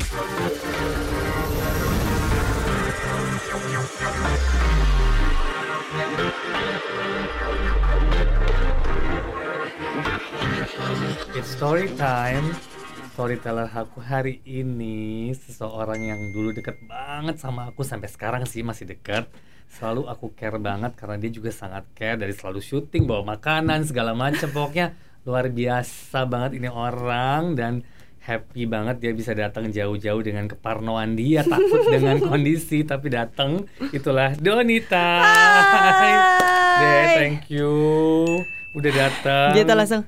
It's story time. Storyteller aku hari ini seseorang yang dulu deket banget sama aku, sampai sekarang sih masih deket. Selalu aku care banget karena dia juga sangat care, dari selalu syuting, bawa makanan segala macam. Pokoknya luar biasa banget ini orang, dan happy banget dia bisa datang jauh-jauh dengan keparnoan dia, takut dengan kondisi tapi datang. Itulah Donita. Hai. Deh, thank you udah datang. Gitu langsung.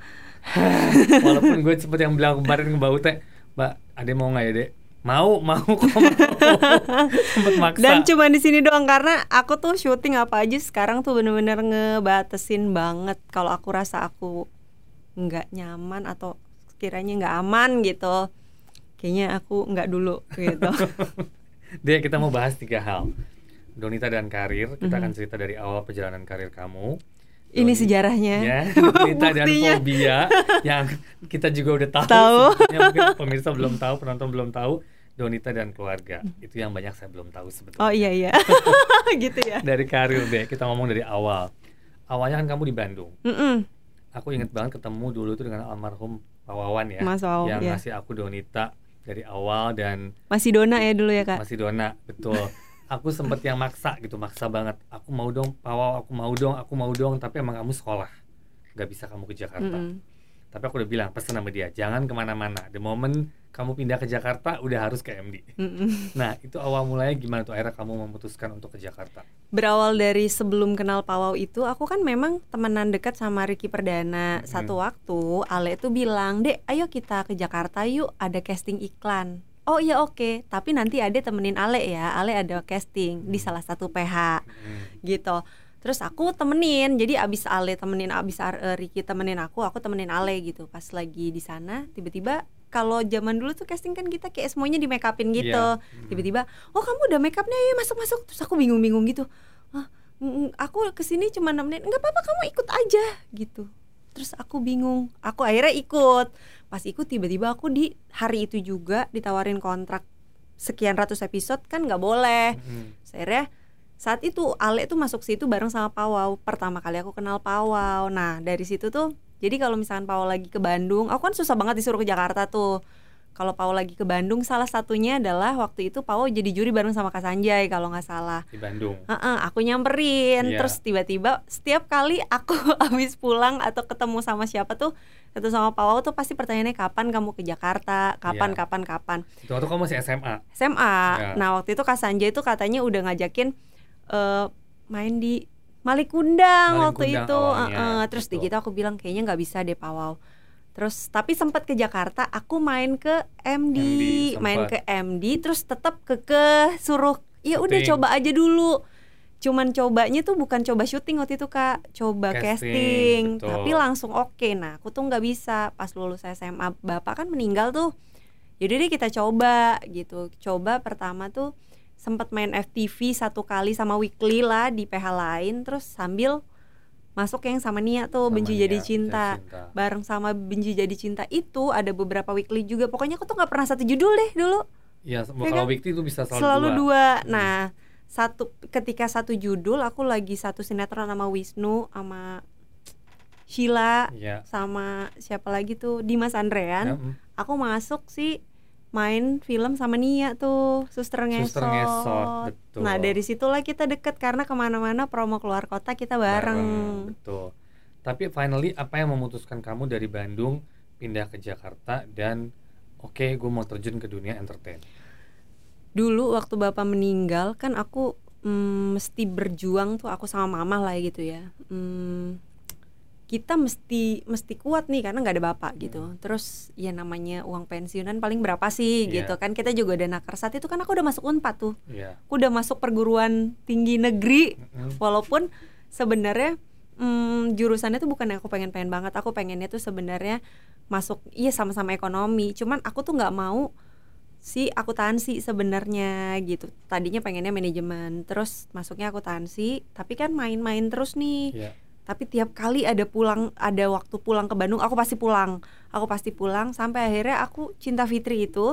Walaupun gue sempet yang bilang kemarin ke Mbak Ute, Mbak, Ade mau nggak ya Dek? Mau kok mau. Sempet maksa. Dan cuma di sini doang, karena aku tuh syuting apa aja sekarang tuh bener-bener ngebatesin banget. Kalau aku rasa aku nggak nyaman atau kiranya nggak aman gitu, kayaknya aku nggak dulu gitu. Dek, kita mau bahas 3 hal. Donita dan karir. Kita akan cerita dari awal perjalanan karir kamu. Ini sejarahnya ya, cerita dan fobia yang kita juga udah tahu. Mungkin pemirsa belum tahu, penonton belum tahu. Donita dan keluarga, itu yang banyak saya belum tahu sebetulnya. Oh iya gitu ya. Dari karir deh, kita ngomong dari awal. Awalnya kan kamu di Bandung. Aku inget banget ketemu dulu tuh dengan almarhum Pak Wawan ya, Mas Wawan, yang ya. ngasih aku Donita dari awal. Dan masih Dona ya dulu ya Kak? Masih Dona, betul. Aku sempet yang maksa banget. Aku mau dong, Pak Wawan, aku mau dong. Tapi emang kamu sekolah, gak bisa kamu ke Jakarta. Tapi aku udah bilang, pesen sama dia, jangan kemana-mana. The moment kamu pindah ke Jakarta, udah harus ke MD. Nah, itu awal mulanya gimana tuh akhirnya kamu memutuskan untuk ke Jakarta? Berawal dari sebelum kenal Pak Wow itu, aku kan memang temenan dekat sama Ricky Perdana. Satu waktu, Ale tuh bilang, Dek, ayo kita ke Jakarta yuk, ada casting iklan. Oh iya oke. Tapi nanti Ade temenin Ale ya, Ale ada casting di salah satu PH gitu. Terus aku temenin, jadi abis Ricky temenin aku temenin Ale gitu. Pas lagi di sana, tiba-tiba kalau zaman dulu tuh casting kan kita kayak semuanya di make upin gitu. Tiba-tiba, oh kamu udah make upnya, ya masuk. Terus aku bingung gitu. Aku kesini cuma nemenin, nggak apa-apa kamu ikut aja gitu. Terus aku bingung, aku akhirnya ikut. Pas ikut tiba-tiba aku di hari itu juga ditawarin kontrak sekian ratus episode, kan nggak boleh. Akhirnya saat itu Ale tuh masuk situ bareng sama Pak Wow. Pertama kali aku kenal Pak Wow. Nah dari situ tuh, jadi kalau misalkan Pak Wow lagi ke Bandung, aku kan susah banget disuruh ke Jakarta tuh. Kalau Pak Wow lagi ke Bandung, salah satunya adalah waktu itu Pak Wow jadi juri bareng sama Kak Sanjay kalau nggak salah. Di Bandung. Aku nyamperin, terus tiba-tiba setiap kali aku habis pulang atau ketemu sama siapa tuh, ketemu sama Pak Wow tuh pasti pertanyaannya kapan kamu ke Jakarta, kapan. Itu waktu kamu masih SMA. Nah waktu itu Kak Sanjay tuh katanya udah ngajakin main di Malikundang waktu itu. Terus di gitu aku bilang kayaknya nggak bisa deh Pak Wow. Terus tapi sempat ke Jakarta, aku main ke MD, terus tetap suruh ya udah coba aja dulu. Cuman cobanya tuh bukan coba syuting waktu itu Kak, coba casting. Tapi langsung oke. Nah aku tuh nggak bisa. Pas lulus SMA bapak kan meninggal tuh, yaudah deh kita coba gitu. Coba pertama tuh sempat main FTV 1 kali sama Weekly lah di PH lain, terus sambil masuk yang sama Nia tuh, Benci Jadi Cinta. Bareng sama Benci Jadi Cinta itu ada beberapa Weekly juga. Pokoknya aku tuh gak pernah satu judul deh dulu. Iya, kalau Weekly tuh bisa selalu dua. Nah, ketika satu judul aku lagi satu sinetron sama Wisnu, sama Sheila, sama siapa lagi tuh, Dimas Andrean. Aku masuk sih main film sama Nia tuh, Suster Ngesot. Betul. Nah dari situlah kita deket karena kemana-mana promo keluar kota kita bareng. Betul. Tapi finally apa yang memutuskan kamu dari Bandung pindah ke Jakarta dan oke, gue mau terjun ke dunia entertain? Dulu waktu bapak meninggal kan aku mesti berjuang tuh, aku sama mama lah gitu ya. Kita mesti kuat nih karena nggak ada bapak gitu. Terus ya namanya uang pensiunan paling berapa sih gitu kan. Kita juga ada naker. Saat itu kan aku udah masuk Unpad tuh. Aku udah masuk perguruan tinggi negeri. Walaupun sebenarnya jurusannya tuh bukan yang aku pengen banget. Aku pengennya tuh sebenarnya masuk sama-sama ekonomi. Cuman aku tuh nggak mau akuntansi sebenarnya gitu. Tadinya pengennya manajemen. Terus masuknya akuntansi. Tapi kan main-main terus nih. Tapi tiap kali ada waktu pulang ke Bandung, aku pasti pulang sampai akhirnya aku cinta Fitri itu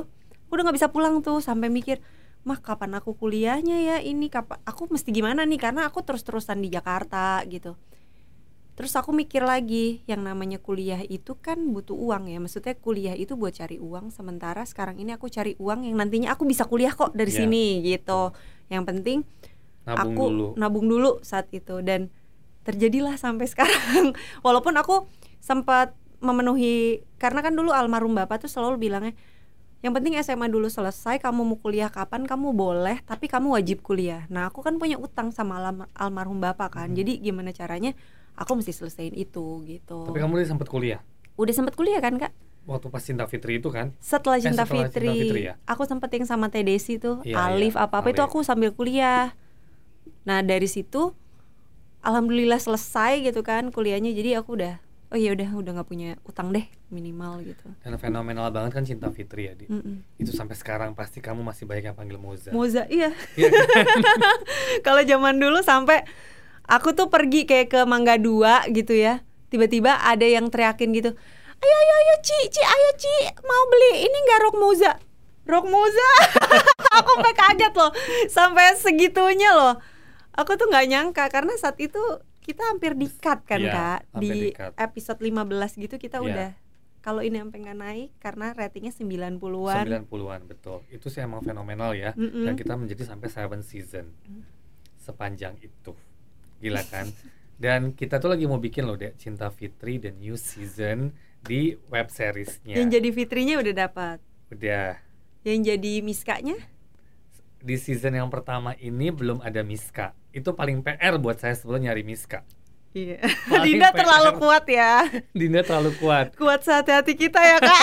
Udah nggak bisa pulang tuh, sampai mikir, mah kapan aku kuliahnya ya ini, kapan aku mesti gimana nih, karena aku terus-terusan di Jakarta gitu. Terus aku mikir lagi, yang namanya kuliah itu kan butuh uang ya. Maksudnya kuliah itu buat cari uang, sementara sekarang ini aku cari uang yang nantinya aku bisa kuliah kok dari sini gitu. Yang penting nabung dulu saat itu, dan terjadilah sampai sekarang. Walaupun aku sempat memenuhi, karena kan dulu almarhum bapak tuh selalu bilangnya, yang penting SMA dulu selesai, kamu mau kuliah kapan kamu boleh, tapi kamu wajib kuliah. Nah aku kan punya utang sama almarhum bapak kan, jadi gimana caranya aku mesti selesaiin itu gitu. Tapi kamu udah sempat kuliah? Udah sempat kuliah kan Kak? Waktu pas Cinta Fitri itu kan? Setelah Cinta Fitri ya? Aku sempat yang sama Teh Desi tuh, iya, Alif apa-apa itu aku sambil kuliah. Nah dari situ alhamdulillah selesai gitu kan kuliahnya, jadi aku udah nggak punya utang deh minimal gitu. Dan fenomenal banget kan Cinta Fitri ya, itu sampai sekarang pasti kamu masih banyak yang panggil Moza, iya kan? Kalau zaman dulu sampai aku tuh pergi kayak ke Mangga 2 gitu ya, tiba-tiba ada yang teriakin gitu, ayo Ci, ayo Ci, mau beli ini nggak rok Moza. Aku sampai kaget loh, sampai segitunya loh. Aku tuh nggak nyangka, karena saat itu kita hampir di-cut kan Kak, di episode 15 gitu kita udah, kalau ini sampai nggak naik karena ratingnya 90-an. 90-an, betul. Itu sih emang fenomenal ya. Dan kita menjadi sampai 7 season. Sepanjang itu. Gila kan? Dan kita tuh lagi mau bikin loh deh Cinta Fitri dan new season di web seriesnya. Yang jadi Fitrinya udah dapat. Udah. Yang jadi Miskanya? Di season yang pertama ini belum ada Miska. Itu paling PR buat saya sebelum nyari Miska. Iya. Dinda terlalu kuat ya. Dinda terlalu kuat. Kuat sehati-hati kita ya Kak.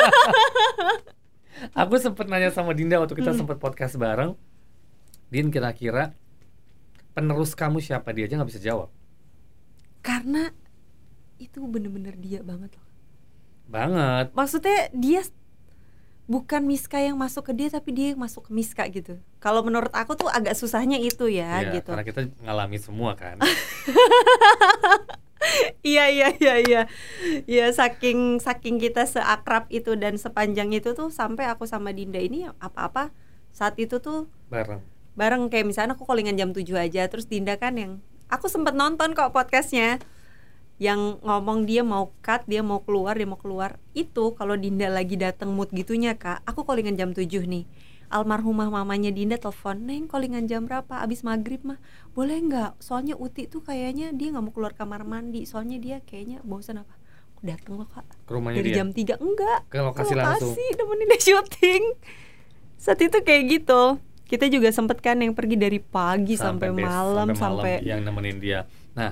Aku sempet nanya sama Dinda waktu kita sempet podcast bareng, Din, kira-kira penerus kamu siapa? Dia aja gak bisa jawab. Karena itu bener-bener dia banget loh. Banget. Maksudnya dia bukan Miska yang masuk ke dia, tapi dia yang masuk ke Miska gitu. Kalau menurut aku tuh agak susahnya itu ya, gitu. Karena kita ngalami semua kan. Iya. Ya saking kita seakrab itu dan sepanjang itu tuh, sampai aku sama Dinda ini apa-apa saat itu tuh bareng. Kayak misalnya aku callingan jam 7 aja, terus Dinda kan yang aku sempet nonton kok podcastnya, yang ngomong dia mau cut, dia mau keluar. Itu kalau Dinda lagi dateng mood gitunya Kak, aku callingan jam 7 nih, almarhumah mamanya Dinda telepon, Neng callingan jam berapa? Abis maghrib mah, boleh nggak? Soalnya Uti tuh kayaknya dia nggak mau keluar kamar mandi, soalnya dia kayaknya bosan apa. Aku dateng loh Kak, ke rumahnya dari dia? Jam 3 enggak, ke lokasi langsung, nemenin dia syuting. Saat itu kayak gitu. Kita juga sempet kan yang pergi dari pagi sampai malam yang nemenin dia. Nah,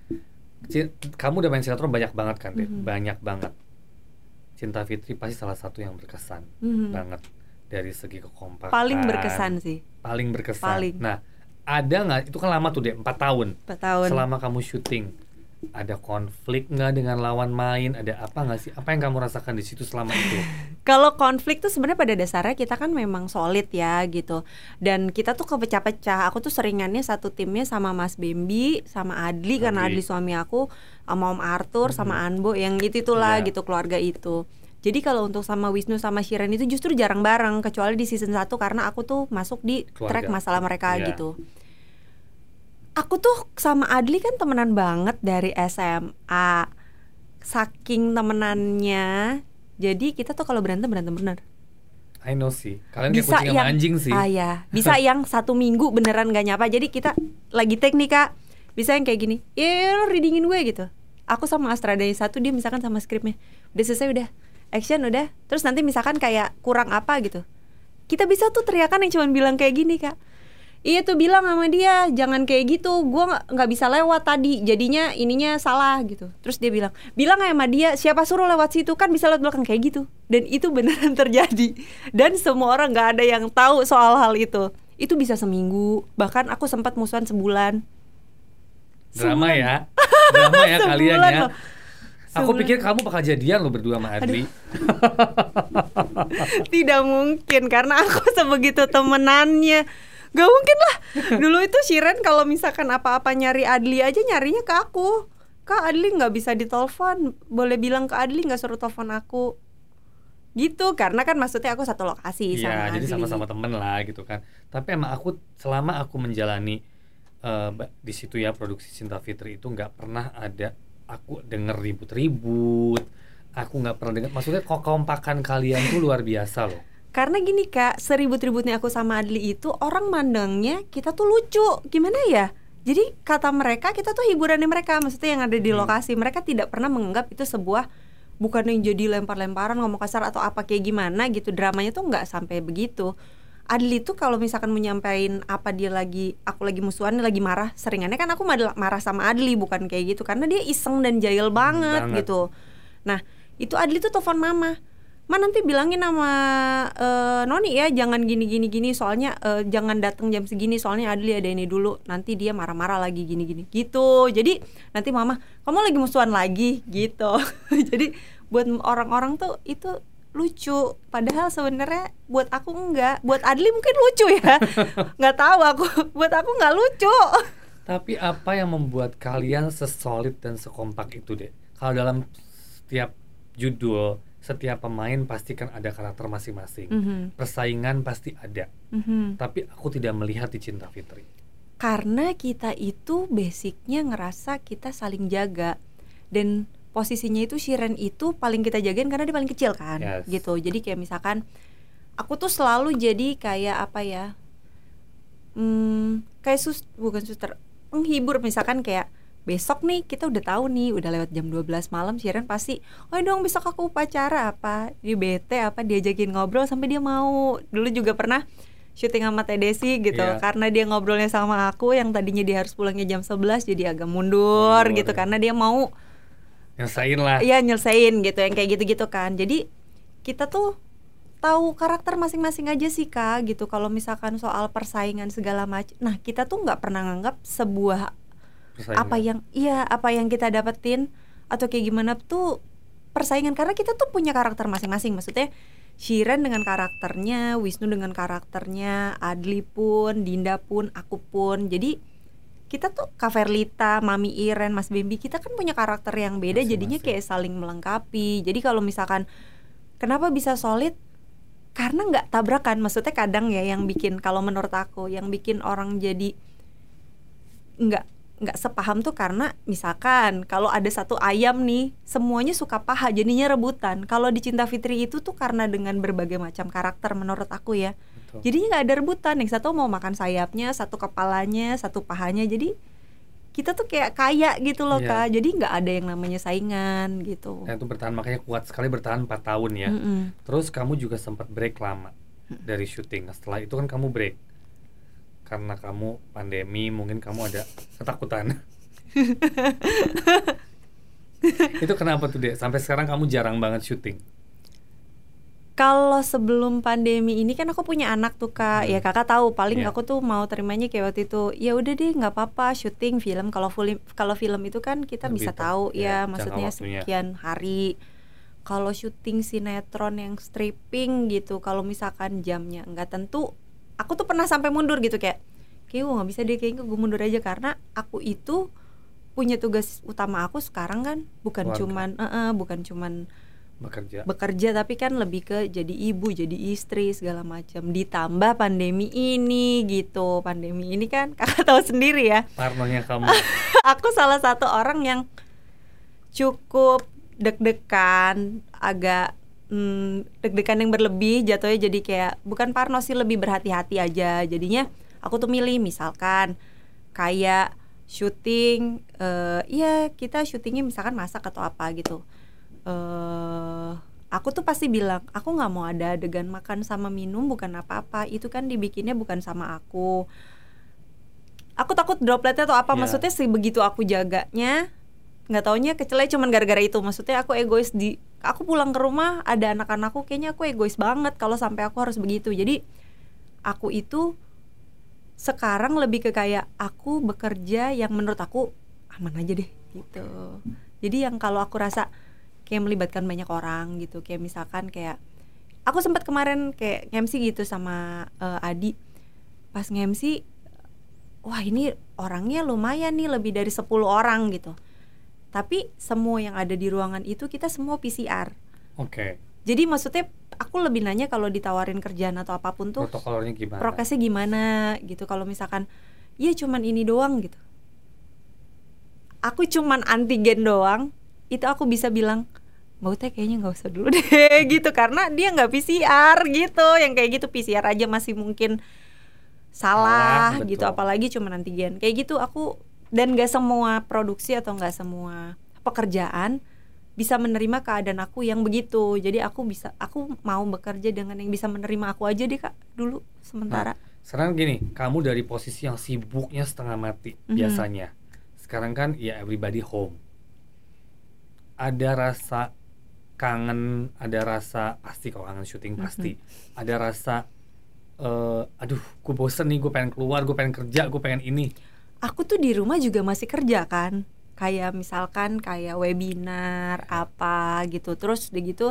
kamu udah main sinetron banyak banget kan deh, banyak banget. Cinta Fitri pasti salah satu yang berkesan banget dari segi kekompakan. Paling berkesan sih. Paling berkesan. Nah, ada nggak? Itu kan lama tuh deh, 4 tahun. 4 tahun. Selama kamu syuting, ada konflik nggak dengan lawan main? Ada apa nggak sih? Apa yang kamu rasakan di situ selama itu? Kalau konflik tuh sebenarnya pada dasarnya kita kan memang solid ya gitu. Dan kita tuh kepecah-pecah. Aku tuh seringannya satu timnya sama Mas Bembi, sama Adli. Karena Adli suami aku, sama Om Arthur, sama Anbo, yang itulah gitu, keluarga itu. Jadi kalau untuk sama Wisnu sama Shiren itu justru jarang bareng, kecuali di season 1 karena aku tuh masuk di track masalah mereka gitu. Aku tuh sama Adli kan temenan banget dari SMA. Saking temenannya, jadi kita tuh kalau berantem bener. I know sih. Kalian kayak kucing sama anjing sih. Ya. Bisa yang 1 minggu beneran gak nyapa. Jadi kita lagi take nih Kak, bisa yang kayak gini, lo readingin gue gitu. Aku sama Astra dari 1, dia misalkan sama skripnya udah selesai, udah action udah. Terus nanti misalkan kayak kurang apa gitu, kita bisa tuh teriakan yang cuma bilang kayak gini Kak, iya tuh bilang sama dia jangan kayak gitu, gue nggak bisa lewat tadi, jadinya ininya salah gitu. Terus dia bilang sama dia, siapa suruh lewat situ, kan bisa lewat belakang, kayak gitu. Dan itu beneran terjadi, dan semua orang nggak ada yang tahu soal hal itu. Itu bisa seminggu, bahkan aku sempat musuhan sebulan. Drama ya kalian ya. Aku pikir kamu bakal jadian lo berdua sama Adli. Tidak mungkin, karena aku sebegitu temenannya. Gak mungkin lah. Dulu itu Shiren kalau misalkan apa-apa nyari Adli aja nyarinya ke aku. Kak, Adli gak bisa ditelepon, boleh bilang ke Adli gak suruh telepon aku. gitu, karena kan maksudnya aku satu lokasi Iya, sama jadi Adli. sama-sama temen lah gitu kan. Tapi emang aku selama aku menjalani di situ ya produksi Cinta Fitri itu nggak pernah ada aku denger ribut-ribut. Aku nggak pernah dengar. Maksudnya kekompakan kalian tuh luar biasa loh. Karena gini Kak, seribut-ributnya aku sama Adli itu orang mandangnya kita tuh lucu. Gimana ya? Jadi kata mereka kita tuh hiburannya mereka, maksudnya yang ada di lokasi. Mereka tidak pernah menganggap itu sebuah, bukan yang jadi lempar-lemparan ngomong kasar atau apa kayak gimana gitu. Dramanya tuh nggak sampai begitu. Adli tuh kalau misalkan menyampaikan apa dia lagi, aku lagi musuhan, lagi marah, seringannya kan aku marah sama Adli, bukan kayak gitu, karena dia iseng dan jahil banget gitu. Nah itu Adli tuh telepon mama, nanti bilangin sama Noni ya jangan gini soalnya jangan datang jam segini soalnya Adli ada ini dulu, nanti dia marah-marah lagi gini gitu. Jadi nanti mama, kamu lagi musuhan lagi gitu. Jadi buat orang-orang tuh itu lucu, padahal sebenarnya buat aku enggak, buat Adli mungkin lucu ya. Nggak tahu aku, buat aku nggak lucu. Tapi apa yang membuat kalian sesolid dan sekompak itu deh? Kalau dalam setiap judul, setiap pemain pasti kan ada karakter masing-masing. Persaingan pasti ada. Tapi aku tidak melihat di Cinta Fitri. Karena kita itu basicnya ngerasa kita saling jaga, dan posisinya itu Shiren itu paling kita jagain karena dia paling kecil kan, gitu. Jadi kayak misalkan aku tuh selalu jadi kayak apa ya, kayak bukan suster, penghibur. Misalkan kayak besok nih kita udah tahu nih udah lewat jam 12 malam, Shiren pasti, oh dong besok aku upacara apa, dia bete apa, diajakin ngobrol sampai dia mau. Dulu juga pernah syuting sama Teh Desi gitu, karena dia ngobrolnya sama aku yang tadinya dia harus pulangnya jam 11 jadi agak mundur gitu, karena dia mau nyelesain lah. Iya nyelesain gitu, yang kayak gitu-gitu kan. Jadi kita tuh tahu karakter masing-masing aja sih Kak gitu. Kalau misalkan soal persaingan segala macam, nah kita tuh nggak pernah nganggap sebuah persaingan. apa yang kita dapetin atau kayak gimana tuh persaingan, karena kita tuh punya karakter masing-masing. Maksudnya Shiren dengan karakternya, Wisnu dengan karakternya, Adli pun, Dinda pun, aku pun. Jadi kita tuh Kak Verlita, Mami Iren, Mas Bambi, kita kan punya karakter yang beda, jadinya kayak saling melengkapi. Jadi kalau misalkan kenapa bisa solid, karena nggak tabrakan. Maksudnya kadang ya yang bikin, kalau menurut aku yang bikin orang jadi nggak sepaham tuh karena misalkan kalau ada satu ayam nih, semuanya suka paha jadinya rebutan. Kalau di Cinta Fitri itu tuh karena dengan berbagai macam karakter menurut aku ya, jadinya nggak ada rebutan. Yang satu mau makan sayapnya, satu kepalanya, satu pahanya. Jadi kita tuh kayak kaya gitu loh Kak. Jadi nggak ada yang namanya saingan gitu. Nah itu bertahan, makanya kuat sekali bertahan 4 tahun ya. Terus kamu juga sempat break lama dari syuting. Setelah itu kan kamu break karena kamu pandemi, mungkin kamu ada ketakutan. Itu kenapa tuh Dek? Sampai sekarang kamu jarang banget syuting. Kalau sebelum pandemi ini kan aku punya anak tuh Kak, ya Kakak tahu paling aku tuh mau terimanya kayak waktu itu, ya udah deh nggak apa-apa syuting film. Kalau film itu kan kita bisa tahu ya maksudnya sekian hari. Kalau syuting sinetron yang stripping gitu, kalau misalkan jamnya nggak tentu, aku tuh pernah sampai mundur gitu, kayak gue nggak bisa deh, kayaknya gue mundur aja, karena aku itu punya tugas utama aku sekarang kan bukan cuman bekerja, tapi kan lebih ke jadi ibu, jadi istri segala macam. Ditambah pandemi ini gitu. Pandemi ini kan Kakak tahu sendiri ya. Parnonya kamu. Aku salah satu orang yang cukup deg-degan, agak deg-degan yang berlebih jatuhnya, jadi kayak bukan parno sih, lebih berhati-hati aja. Jadinya aku tuh milih misalkan kayak syuting, kita syutingnya misalkan masak atau apa gitu. Aku tuh pasti bilang aku nggak mau ada adegan makan sama minum, bukan apa-apa, itu kan dibikinnya bukan sama aku takut dropletnya atau apa. Maksudnya begitu aku jaganya, nggak taunya kecelnya cuman gara-gara itu. Maksudnya aku egois, aku pulang ke rumah ada anak-anakku, kayaknya aku egois banget kalau sampai aku harus begitu. Jadi aku itu sekarang lebih ke kayak aku bekerja yang menurut aku aman aja deh gitu. Jadi yang kalau aku rasa kayak melibatkan banyak orang gitu, kayak misalkan kayak aku sempat kemarin kayak nge-MC gitu sama Adi. Pas nge-MC, wah ini orangnya lumayan nih, lebih dari 10 orang gitu. Tapi semua yang ada di ruangan itu kita semua PCR. Jadi maksudnya aku lebih nanya kalau ditawarin kerjaan atau apapun tuh Protokolnya gimana? prokesnya gimana gitu. Kalau misalkan ya cuman ini doang gitu, aku cuman antigen doang, itu aku bisa bilang Mbak Ute kayaknya nggak usah dulu deh gitu, karena dia nggak PCR gitu. Yang kayak gitu PCR aja masih mungkin salah Betul. gitu, apalagi cuman antigen kayak gitu. Aku dan nggak semua produksi atau nggak semua pekerjaan bisa menerima keadaan aku yang begitu. Jadi aku mau bekerja dengan yang bisa menerima aku aja deh Kak dulu sementara. Sekarang gini, kamu dari posisi yang sibuknya setengah mati biasanya, sekarang kan ya everybody home. Ada rasa kangen, ada rasa pasti kalau kangen syuting pasti. Ada rasa aduh, gue bosen nih, gue pengen keluar, gue pengen kerja, gue pengen ini. Aku tuh di rumah juga masih kerja kan, kayak misalkan kayak webinar apa gitu, terus udah gitu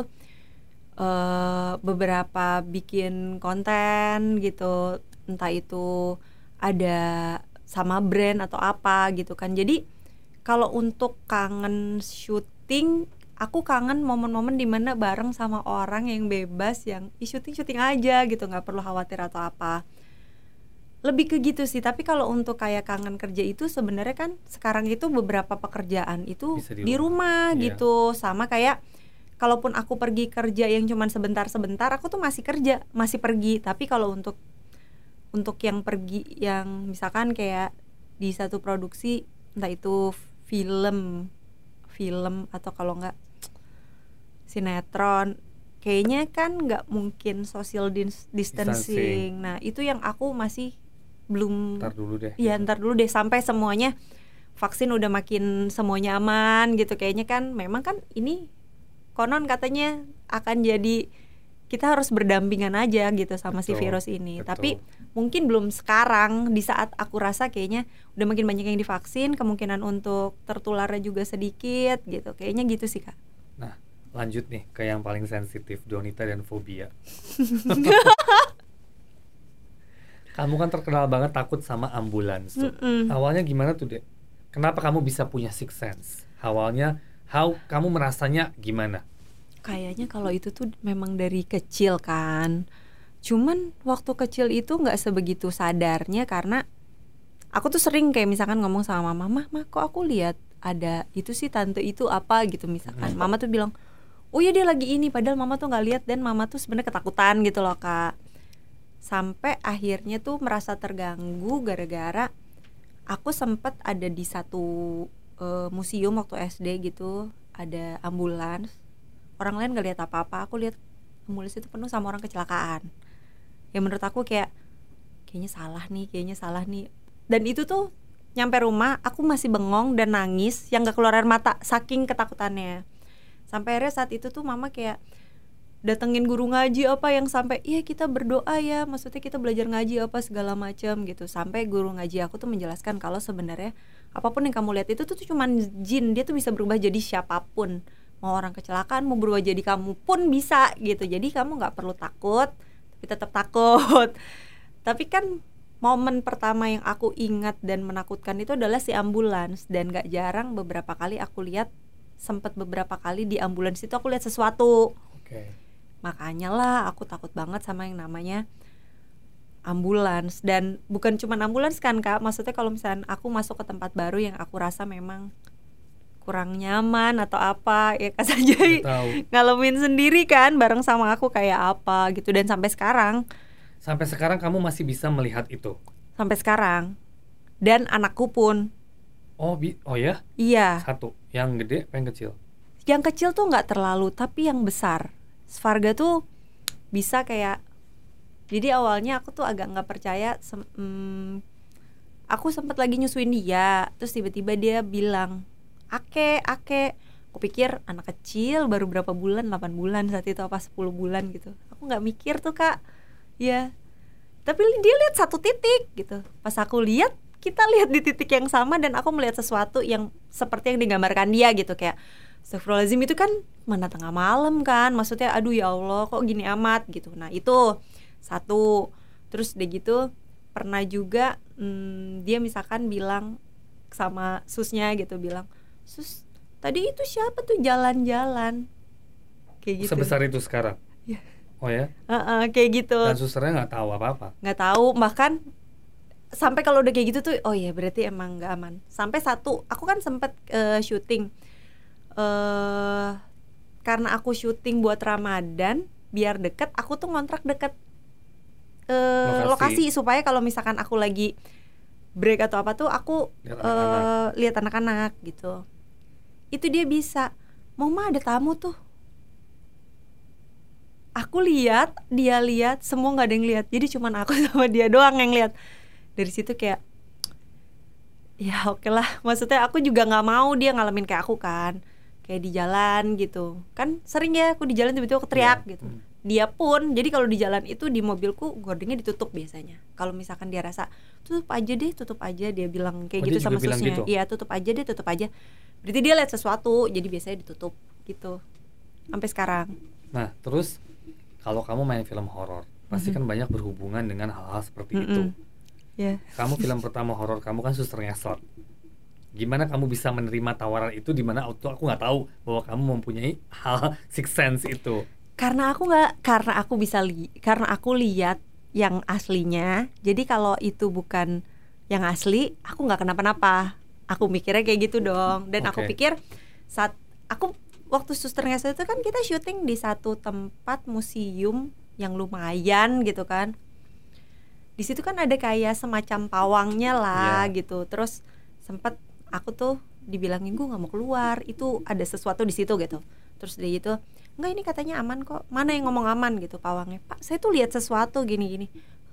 beberapa bikin konten gitu, entah itu ada sama brand atau apa gitu kan. Jadi kalau untuk kangen syuting, aku kangen momen-momen dimana bareng sama orang yang bebas, yang syuting aja gitu, nggak perlu khawatir atau apa. Lebih ke gitu sih. Tapi kalau untuk kayak kangen kerja itu sebenarnya kan sekarang itu beberapa pekerjaan itu Bisa di rumah iya. gitu. Sama kayak kalaupun aku pergi kerja yang cuman sebentar-sebentar, aku tuh masih kerja, masih pergi. Tapi kalau untuk yang pergi yang misalkan kayak di satu produksi, entah itu film atau kalau enggak sinetron, kayaknya kan nggak mungkin social distancing. Nah itu yang aku masih belum. Ntar dulu deh. Iya ntar dulu deh sampai semuanya vaksin udah makin semuanya aman gitu. Kayaknya kan memang kan ini konon katanya akan jadi kita harus berdampingan aja gitu sama si virus ini. Betul. Tapi mungkin belum sekarang, di saat aku rasa kayaknya udah makin banyak yang divaksin, kemungkinan untuk tertularnya juga sedikit gitu. Kayaknya gitu sih Kak. Nah lanjut nih ke yang paling sensitif, Donita dan fobia. Kamu kan terkenal banget takut sama ambulans tuh. Awalnya gimana tuh Dek? Kenapa kamu bisa punya sixth sense? Awalnya kamu merasanya gimana? Kayaknya kalau itu tuh memang dari kecil kan. Cuman waktu kecil itu gak sebegitu sadarnya, karena aku tuh sering kayak misalkan ngomong sama mama, "Mah, kok aku lihat ada itu sih, tante itu apa gitu misalkan." Mama tuh bilang, "Oh ya dia lagi ini," padahal mama tuh gak lihat, dan mama tuh sebenarnya ketakutan gitu loh Kak. Sampai akhirnya tuh merasa terganggu gara-gara aku sempet ada di satu museum waktu SD gitu, ada ambulans. Orang lain gak lihat apa-apa, aku lihat ambulans itu penuh sama orang kecelakaan. Ya menurut aku kayaknya salah nih. Dan itu tuh nyampe rumah aku masih bengong dan nangis yang gak keluar air mata saking ketakutannya. Sampai akhirnya saat itu tuh mama kayak datengin guru ngaji apa yang sampai iya kita berdoa ya, maksudnya kita belajar ngaji apa segala macam gitu. Sampai guru ngaji aku tuh menjelaskan kalau sebenarnya apapun yang kamu lihat itu tuh cuman jin, dia tuh bisa berubah jadi siapapun, mau orang kecelakaan, mau berubah jadi kamu pun bisa gitu. Jadi kamu nggak perlu takut, tapi tetap takut. Tapi kan momen pertama yang aku ingat dan menakutkan itu adalah si ambulans, dan nggak jarang beberapa kali aku lihat, sempat beberapa kali di ambulans itu aku lihat sesuatu. Makanya lah aku takut banget sama yang namanya ambulans. Dan bukan cuma ambulans kan Kak, maksudnya kalau misalnya aku masuk ke tempat baru yang aku rasa memang kurang nyaman atau apa, ya Kak Sanjay ngalamin sendiri kan bareng sama aku kayak apa gitu. Dan sampai sekarang kamu masih bisa melihat itu? Sampai sekarang. Dan anakku pun. Oh ya? Iya. Satu, yang gede apa yang kecil? Yang kecil tuh nggak terlalu, tapi yang besar Svarga tuh bisa kayak, jadi awalnya aku tuh agak nggak percaya. Aku sempat lagi nyusuin dia, terus tiba-tiba dia bilang ake. Aku pikir anak kecil baru berapa bulan, 8 bulan saat itu apa 10 bulan gitu. Aku nggak mikir tuh Kak, ya. Tapi dia lihat satu titik gitu. Pas aku lihat, kita lihat di titik yang sama, dan aku melihat sesuatu yang seperti yang digambarkan dia gitu, kayak Astagfirullahaladzim, itu kan mana tengah malam kan, maksudnya aduh ya Allah kok gini amat gitu. Nah itu satu. Terus udah gitu pernah juga dia misalkan bilang sama susnya gitu, bilang, "Sus, tadi itu siapa tuh jalan-jalan?" kayak gitu. Sebesar itu sekarang? Iya. Oh ya? Kayak gitu. Dan susternya nggak tahu apa-apa? Nggak tahu, bahkan sampai kalau udah kayak gitu tuh, oh ya berarti emang nggak aman. Sampai aku kan sempet syuting, karena aku syuting buat Ramadan, biar deket, aku tuh ngontrak deket lokasi supaya kalau misalkan aku lagi break atau apa tuh aku lihat anak-anak gitu. Itu dia bisa, Mama ada tamu tuh. Aku lihat, dia lihat, semua nggak ada yang lihat. Jadi cuman aku sama dia doang yang lihat. Dari situ kayak, ya oke lah. Maksudnya aku juga nggak mau dia ngalamin kayak aku kan, kayak di jalan gitu. Kan sering ya aku di jalan tiba-tiba aku teriak gitu. Dia pun, jadi kalau di jalan itu di mobilku gordingnya ditutup biasanya. Kalau misalkan dia rasa tutup aja, dia bilang kayak gitu sama susnya. Iya tutup aja deh, tutup aja. Berarti dia lihat sesuatu, jadi biasanya ditutup gitu. Sampai sekarang. Nah terus kalau kamu main film horor, pasti kan banyak berhubungan dengan hal-hal seperti itu. Yeah. Kamu film pertama horor kamu kan Suster Ngesot. Gimana kamu bisa menerima tawaran itu di mana waktu aku nggak tahu bahwa kamu mempunyai hal sixth sense itu? Karena aku lihat yang aslinya. Jadi kalau itu bukan yang asli, aku nggak kenapa-napa. Aku mikirnya kayak gitu dong. Dan aku pikir saat aku waktu Suster Ngesot itu kan kita syuting di satu tempat museum yang lumayan gitu kan. Di situ kan ada kayak semacam pawangnya lah gitu. Terus sempet aku tuh dibilangin gue nggak mau keluar, itu ada sesuatu di situ gitu. Terus dia gitu, enggak ini katanya aman kok. Mana yang ngomong aman gitu pawangnya? Pak saya tuh lihat sesuatu gini-gini.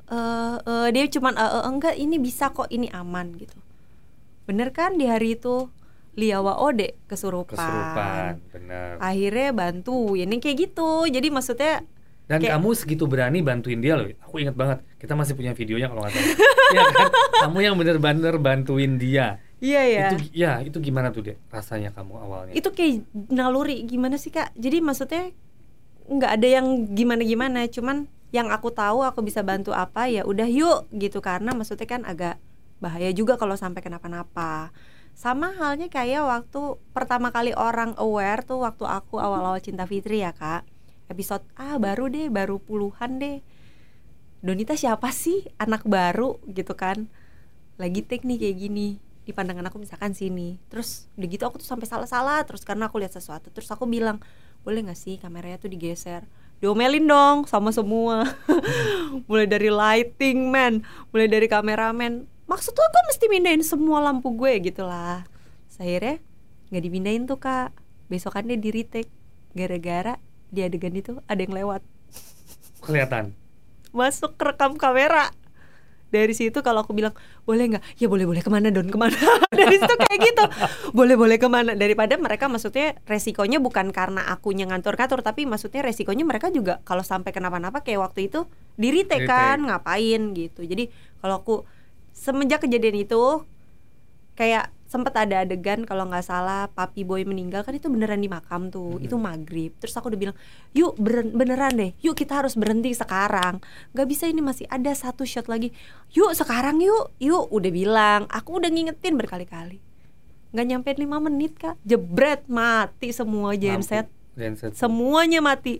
Dia cuman enggak ini bisa kok, ini aman gitu. Bener kan di hari itu Liawa Ode kesurupan, bener. Akhirnya bantu, ini kayak gitu. Jadi maksudnya dan kamu segitu berani bantuin dia loh. Aku ingat banget, kita masih punya videonya kalau nggak salah. Iya kan? Kamu yang bener-bener bantuin dia. Iya ya. Itu gimana tuh deh rasanya kamu awalnya? Itu kayak naluri gimana sih Kak? Jadi maksudnya nggak ada yang gimana-gimana, cuman yang aku tahu aku bisa bantu apa ya udah yuk gitu, karena maksudnya kan agak bahaya juga kalau sampai kenapa-napa. Sama halnya kayak waktu pertama kali orang aware tuh waktu aku awal-awal Cinta Fitri ya Kak. Episode baru puluhan deh. Donita siapa sih, anak baru gitu kan. Lagi take nih kayak gini. Di pandangan aku misalkan sini. Terus udah gitu aku tuh sampai salah-salah terus karena aku lihat sesuatu. Terus aku bilang, "Boleh enggak sih kameranya tuh digeser?" Diomelin dong sama semua. Mulai dari lighting man, mulai dari kameramen. Maksud tuh gue mesti mindahin semua lampu gue gitu lah. Akhirnya nggak dipindahin tuh Kak. Besokannya di retake gara-gara di adegan itu ada yang lewat. Kelihatan. Masuk ke rekam kamera. Dari situ kalau aku bilang boleh nggak? Ya boleh kemana Don kemana? Dari situ kayak gitu. Boleh kemana? Daripada mereka maksudnya resikonya bukan karena akunya ngantor-kantor, tapi maksudnya resikonya mereka juga kalau sampai kenapa-napa kayak waktu itu di retake kan ngapain gitu. Jadi kalau aku semenjak kejadian itu kayak sempet ada adegan kalau nggak salah Papi Boy meninggal kan itu beneran di makam tuh, itu maghrib. Terus aku udah bilang, yuk beneran deh, yuk kita harus berhenti sekarang. Nggak bisa ini masih ada satu shot lagi. Yuk sekarang yuk. Udah bilang, aku udah ngingetin berkali-kali. Nggak nyampe 5 menit Kak, jebret mati semua genset. Semuanya mati.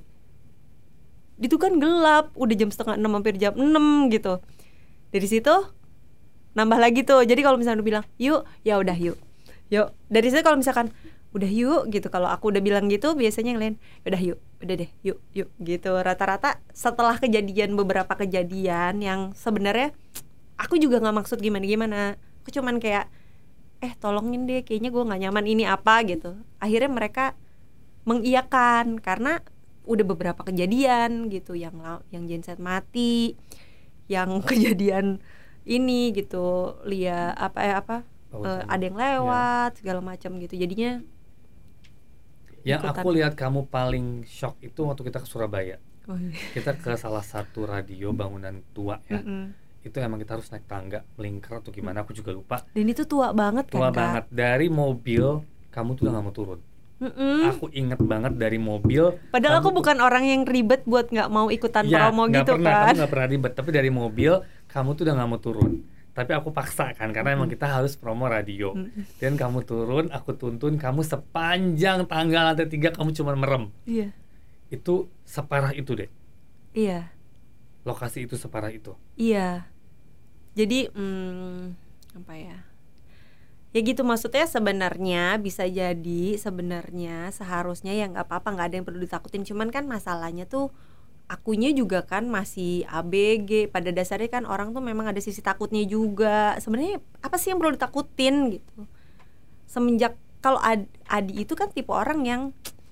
Itu kan gelap, udah jam 5:30 hampir jam 6 gitu. Dari situ nambah lagi tuh. Jadi kalau misalnya udah bilang yuk, ya udah yuk. Dari situ kalau misalkan udah yuk gitu, kalau aku udah bilang gitu biasanya yang lain udah yuk, udah deh yuk gitu. Rata-rata setelah beberapa kejadian yang sebenarnya aku juga nggak maksud gimana, aku cuman kayak tolongin deh, kayaknya gue nggak nyaman ini apa gitu. Akhirnya mereka mengiyakan karena udah beberapa kejadian gitu, yang genset mati, yang kejadian ini gitu, ada yang lewat segala macam gitu. Jadinya yang aku lihat kamu paling shock itu waktu kita ke Surabaya. Kita ke salah satu radio bangunan tua ya. Itu emang kita harus naik tangga melingkar atau gimana aku juga lupa. Dan itu tua banget kan Tua banget. Dari mobil kamu tuh udah gak mau turun. Aku inget banget dari mobil. Padahal aku bukan orang yang ribet buat nggak mau ikutan promo gitu kan. Kamu nggak pernah ribet. Tapi dari mobil kamu tuh udah nggak mau turun. Tapi aku paksa kan karena emang kita harus promo radio. Dan kamu turun, aku tuntun kamu sepanjang tangga lantai 3 kamu cuma merem. Iya. Itu separah itu deh. Iya, Lokasi itu separah itu. iya. Jadi apa ya? Ya gitu, maksudnya sebenarnya bisa jadi sebenarnya seharusnya ya nggak apa-apa, nggak ada yang perlu ditakutin. Cuman kan masalahnya tuh akunya juga kan masih ABG. Pada dasarnya kan orang tuh memang ada sisi takutnya juga. Sebenarnya apa sih yang perlu ditakutin gitu? Semenjak kalau Adi itu kan tipe orang yang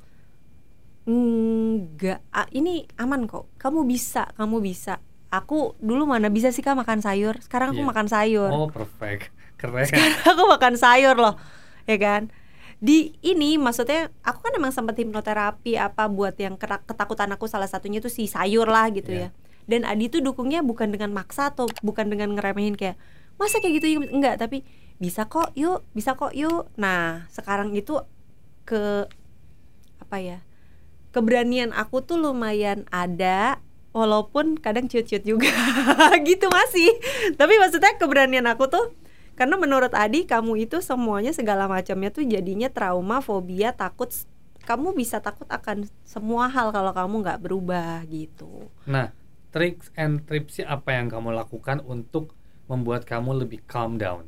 nggak, ini aman kok. Kamu bisa, kamu bisa. Aku dulu mana bisa sih Kak makan sayur. Sekarang aku Iya. makan sayur. Oh, perfect. Keren. Aku makan sayur loh, ya kan. Di ini maksudnya aku kan emang sempat hipnoterapi apa buat yang ketakutan aku, salah satunya tuh si sayur lah gitu Iya. ya. Dan Adi tuh dukungnya bukan dengan maksa atau bukan dengan ngeremehin kayak masa kayak gitu, enggak, tapi bisa kok yuk, bisa kok yuk. Nah sekarang itu ke apa ya, keberanian aku tuh lumayan ada, walaupun kadang ciut-ciut juga gitu masih. Tapi maksudnya keberanian aku tuh karena menurut Adi kamu itu semuanya segala macamnya tuh jadinya trauma, fobia, takut. Kamu bisa takut akan semua hal kalau kamu nggak berubah gitu. Nah, tricks and tipsnya apa yang kamu lakukan untuk membuat kamu lebih calm down?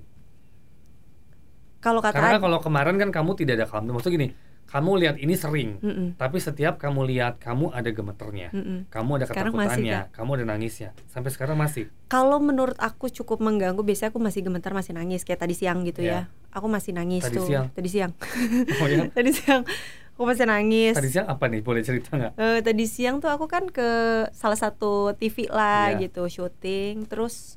Kalau kata Karena Adi, kalau kemarin kan kamu tidak ada calm down. Maksudnya gini, kamu lihat ini sering, mm-mm, tapi setiap kamu lihat kamu ada gemeternya, mm-mm. kamu ada Sekarang masih, ketakutannya, Kak. kamu ada nangisnya. Sampai sekarang masih. Kalau menurut aku cukup mengganggu, biasanya aku masih gemetar, masih nangis kayak tadi siang gitu Ya. ya. Aku masih nangis Tadi tuh. siang? Tadi siang. Oh ya. Tadi siang aku masih nangis. Tadi siang apa nih? Boleh cerita nggak? Tadi siang tuh aku kan ke salah satu TV lah Iya. gitu, syuting. Terus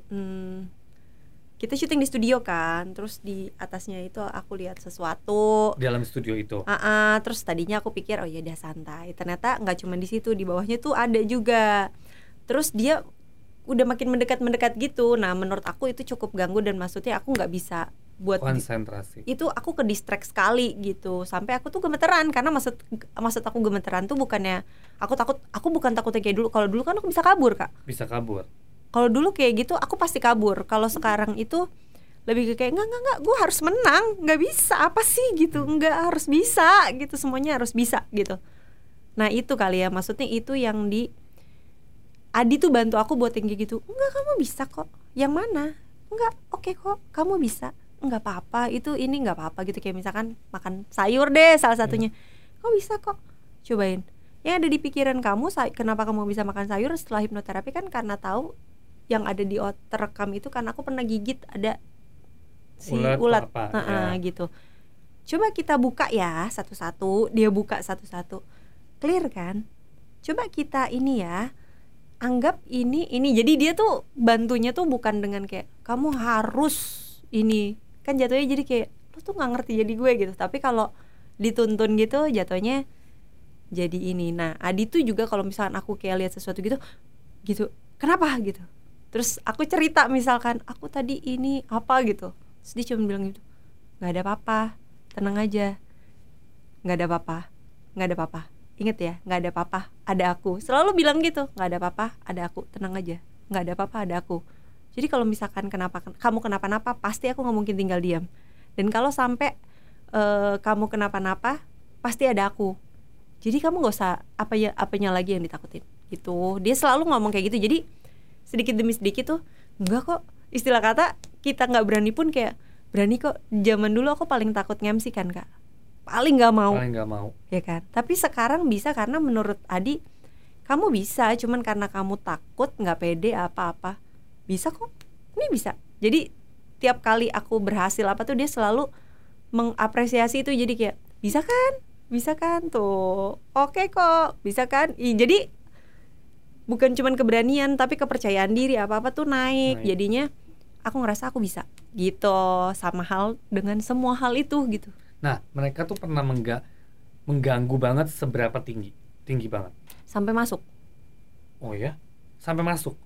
kita syuting di studio kan. Terus di atasnya itu aku lihat sesuatu. Di dalam studio itu. Terus tadinya aku pikir oh ya udah santai. Ternyata nggak cuma di situ, di bawahnya tuh ada juga. Terus dia udah makin mendekat gitu. Nah menurut aku itu cukup ganggu dan maksudnya aku nggak bisa buat Konsentrasi. itu, aku ke distract sekali gitu sampai aku tuh gemeteran. Karena maksud aku gemeteran tuh bukannya aku takut, aku bukan takutnya kayak dulu. Kalau dulu kan aku bisa kabur Kak. Bisa kabur. Kalau dulu kayak gitu aku pasti kabur. Kalau sekarang itu lebih ke kayak enggak, gue harus menang, nggak bisa apa sih gitu, nggak harus bisa gitu, semuanya harus bisa gitu. Nah itu kali ya, maksudnya itu yang di Adi tuh bantu aku buat yang kayak gitu. Enggak, kamu bisa kok. Yang mana? Enggak, oke kok, kamu bisa. Enggak apa-apa, itu ini enggak apa-apa gitu. Kayak misalkan makan sayur deh salah satunya. Kamu bisa kok, cobain. Yang ada di pikiran kamu, kenapa kamu bisa makan sayur setelah hipnoterapi kan karena tahu yang ada di terekam itu karena aku pernah gigit ada si ulat. Ya. Gitu. Coba kita buka ya satu-satu. Dia buka satu-satu. Clear kan? Coba kita ini ya, anggap ini. Jadi dia tuh bantunya tuh bukan dengan kayak kamu harus ini. Kan jatuhnya jadi kayak lu tuh nggak ngerti jadi gue gitu. Tapi kalau dituntun gitu jatuhnya jadi ini. Nah Adi tuh juga kalau misalkan aku kayak lihat sesuatu gitu kenapa gitu. Terus aku cerita misalkan aku tadi ini apa gitu. Terus dia cuma bilang gitu, nggak ada apa-apa, tenang aja, nggak ada apa-apa, nggak ada apa-apa. Ingat ya, nggak ada apa-apa, ada aku. Selalu bilang gitu, nggak ada apa-apa, ada aku, tenang aja, nggak ada apa-apa, ada aku. Jadi kalau misalkan kamu kenapa-napa, pasti aku nggak mungkin tinggal diam. Dan kalau sampai kamu kenapa-napa, pasti ada aku. Jadi kamu nggak usah apanya lagi yang ditakutin. Gitu. Dia selalu ngomong kayak gitu. Jadi sedikit demi sedikit tuh, enggak kok. Istilah kata kita nggak berani pun kayak berani kok. Zaman dulu aku paling takut nge-MC kan Kak. Paling nggak mau. Ya kan. Tapi sekarang bisa karena menurut Adi kamu bisa, cuman karena kamu takut, nggak pede apa-apa. Bisa kok. Ini bisa. Jadi tiap kali aku berhasil apa tuh dia selalu mengapresiasi itu. Jadi kayak bisa kan tuh. Oke kok. Bisa kan. Jadi bukan cuman keberanian tapi kepercayaan diri apa-apa tuh naik. Jadinya aku ngerasa aku bisa gitu. Sama hal dengan semua hal itu gitu. Nah mereka tuh pernah mengganggu banget seberapa tinggi? Tinggi banget sampai masuk. Oh ya? Sampai masuk?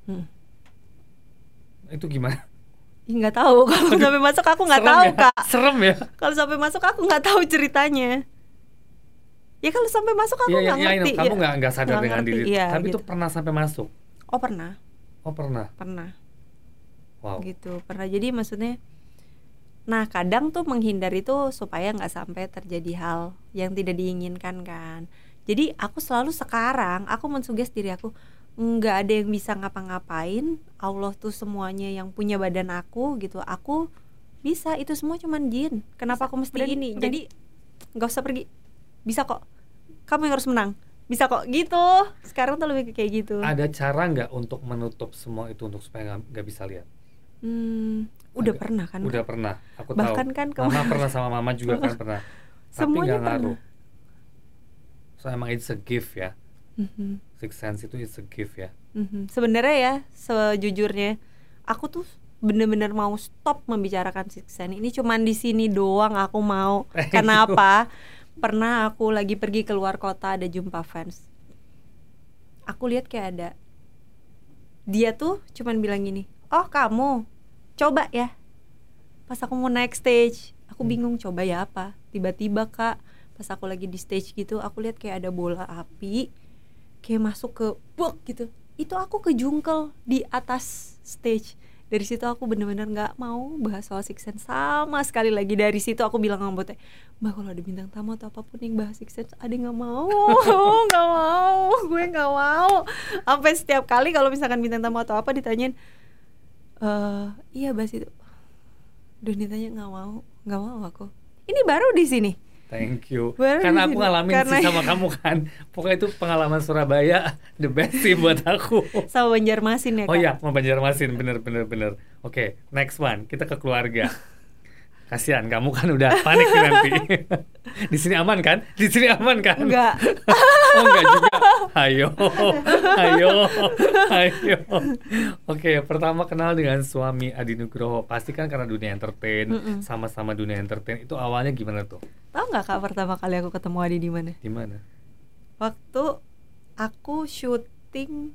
Itu gimana? Nggak tahu. Kalau sampai masuk aku nggak tahu ya? Kak. Serem ya? Kalau sampai masuk aku nggak tahu ceritanya. Ya kalau sampai masuk aku nggak ngerti. Kamu nggak sadar dengan diri. Tapi gitu. itu pernah sampai masuk. Oh pernah. Pernah. Wow. Gitu pernah. Jadi maksudnya, nah kadang tuh menghindar itu supaya nggak sampai terjadi hal yang tidak diinginkan kan. Jadi aku selalu sekarang aku mensuggest diri aku, nggak ada yang bisa ngapa-ngapain, Allah tuh semuanya yang punya badan aku gitu. Aku bisa, itu semua cuman jin. Kenapa aku mesti ini? Jadi nggak usah pergi. Bisa kok. Kamu yang harus menang. Bisa kok gitu. Sekarang tuh lebih kayak gitu. Ada cara nggak untuk menutup semua itu untuk supaya nggak bisa lihat? Udah pernah kan? Udah pernah. Aku Bahkan tahu. kan Mama pernah sama mama juga kan pernah. Tapi semuanya nggak ngaruh. pernah. So emang it's a gift ya. Sixth sense itu it's a gift ya. Sebenarnya ya, sejujurnya aku tuh bener-bener mau stop membicarakan sixth sense. Ini cuman di sini doang aku mau. Kenapa? Pernah aku lagi pergi keluar kota, ada jumpa fans. Aku lihat kayak ada. Dia tuh cuman bilang gini, "Oh, kamu coba ya." Pas aku mau naik stage, aku bingung coba ya apa. Tiba-tiba Kak, pas aku lagi di stage gitu, aku lihat kayak ada bola api kayak masuk ke buk gitu. Itu aku kejungkel di atas stage. Dari situ aku bener-bener nggak mau bahas soal sixth sense sama sekali lagi. Dari situ aku bilang sama Mbak, "Mbak, kalau ada bintang tamu atau apapun yang bahas sixth sense, ada nggak mau, nggak mau, gue nggak mau." Sampai setiap kali kalau misalkan bintang tamu atau apa ditanyain, iya bahas itu. Udah ditanya nggak mau aku. Ini baru di sini. Thank you. Baru Karena di aku sini. ngalamin sih sama kamu kan. Pokoknya itu pengalaman Surabaya the best sih buat aku. Sama Banjarmasin ya Kak. Oh iya, mau Banjarmasin, bener. Oke, next one, kita ke keluarga. Kasihan, kamu kan udah panik nih nanti. Di sini aman kan? Enggak. Oh enggak juga. Ayo. Oke, pertama kenal dengan suami Adi Nugroho. Pasti kan karena dunia entertain, sama-sama dunia entertain. Itu awalnya gimana tuh? Tahu nggak Kak, pertama kali aku ketemu Adi di mana? Di mana? Waktu aku syuting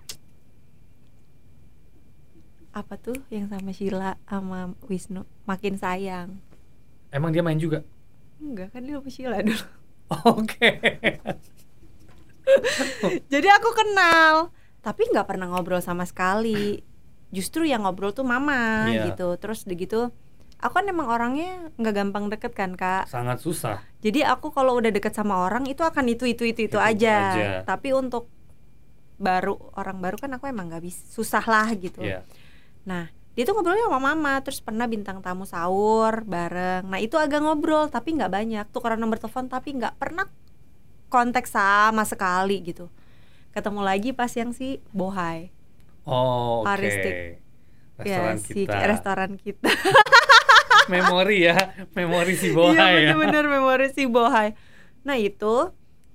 apa tuh yang sama Sheila sama Wisnu, Makin Sayang. Emang dia main juga? Enggak, kan dia sama Sheila dulu. Oke. Jadi aku kenal, tapi nggak pernah ngobrol sama sekali. Justru yang ngobrol tuh mama gitu. Terus udah gitu, aku kan emang orangnya nggak gampang deket kan Kak. Sangat susah. Jadi aku kalau udah deket sama orang itu akan itu aja. Tapi untuk orang baru kan aku emang nggak bisa, susah lah gitu. Nah, dia tuh ngobrolnya sama mama, terus pernah bintang tamu sahur bareng. Nah, itu agak ngobrol tapi nggak banyak. Tukeran nomor telepon tapi nggak pernah kontak sama sekali gitu. Ketemu lagi pas yang si Bohai. Oh, oke. Aristik. Restoran ya, kita. Restoran kita. memori si Bohai ya. Iya bener memori si Bohai. Nah itu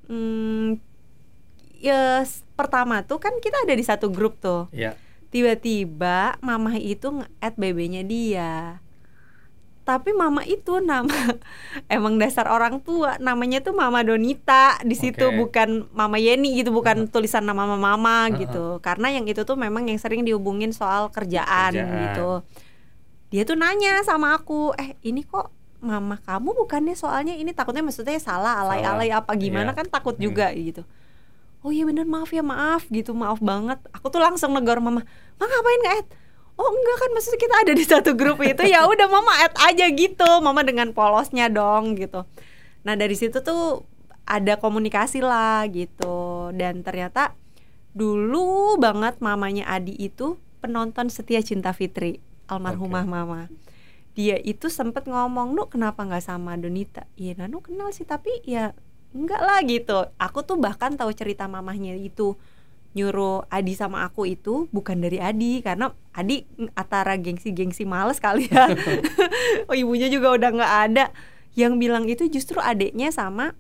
ya pertama tuh kan kita ada di satu grup tuh. Iya. Tiba-tiba mama itu nge-add BB-nya dia. Tapi mama itu emang dasar orang tua, namanya tuh Mama Donita di situ, bukan Mama Yeni gitu, bukan tulisan nama mama gitu. Karena yang itu tuh memang yang sering dihubungin soal kerjaan gitu. Dia tuh nanya sama aku, ini kok mama kamu bukannya, soalnya ini takutnya maksudnya salah alay-alay apa gimana kan takut juga gitu. Oh iya bener, maaf gitu, maaf banget. Aku tuh langsung negor mama ngapain nge-add? Oh enggak kan, maksudnya kita ada di satu grup itu. Ya udah mama add aja gitu, mama dengan polosnya dong gitu. Nah dari situ tuh ada komunikasi lah gitu. Dan ternyata dulu banget mamanya Adi itu penonton setia Cinta Fitri, almarhumah mama. Dia itu sempet ngomong, "Nu kenapa gak sama Donita?" Iya Nanu kenal sih, tapi ya enggak lah gitu. Aku tuh bahkan tahu cerita mamahnya itu nyuruh Adi sama aku itu bukan dari Adi, karena Adi antara gengsi males kali ya. Oh ibunya juga udah nggak ada. Yang bilang itu justru adeknya sama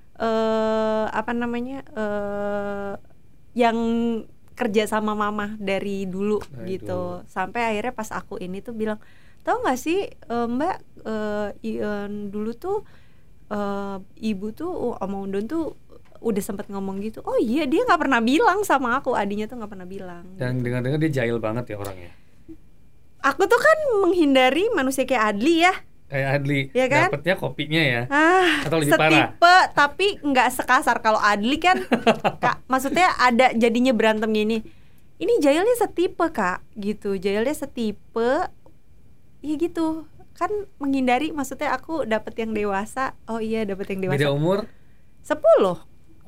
yang kerja sama mama dari dulu gitu. Sampai akhirnya pas aku ini tuh bilang, tahu nggak sih Mbak, dulu tuh ibu tuh Om Undon tuh udah sempat ngomong gitu. Oh iya, dia nggak pernah bilang sama aku, Adinya tuh nggak pernah bilang. Dan gitu. dengar-dengar dia jahil banget ya orangnya. Aku tuh kan menghindari manusia kayak Adli ya. Kayak Adli, ya kan? dapetnya kopinya ya. Atau lebih setipe, parah. tapi nggak sekasar kalau Adli kan. Kak, maksudnya ada jadinya berantem gini. Ini jahilnya setipe Kak, gitu. Jahilnya setipe, ya gitu. Kan menghindari, maksudnya aku dapet yang dewasa. Oh iya, dapet yang dewasa. Beda umur? 10.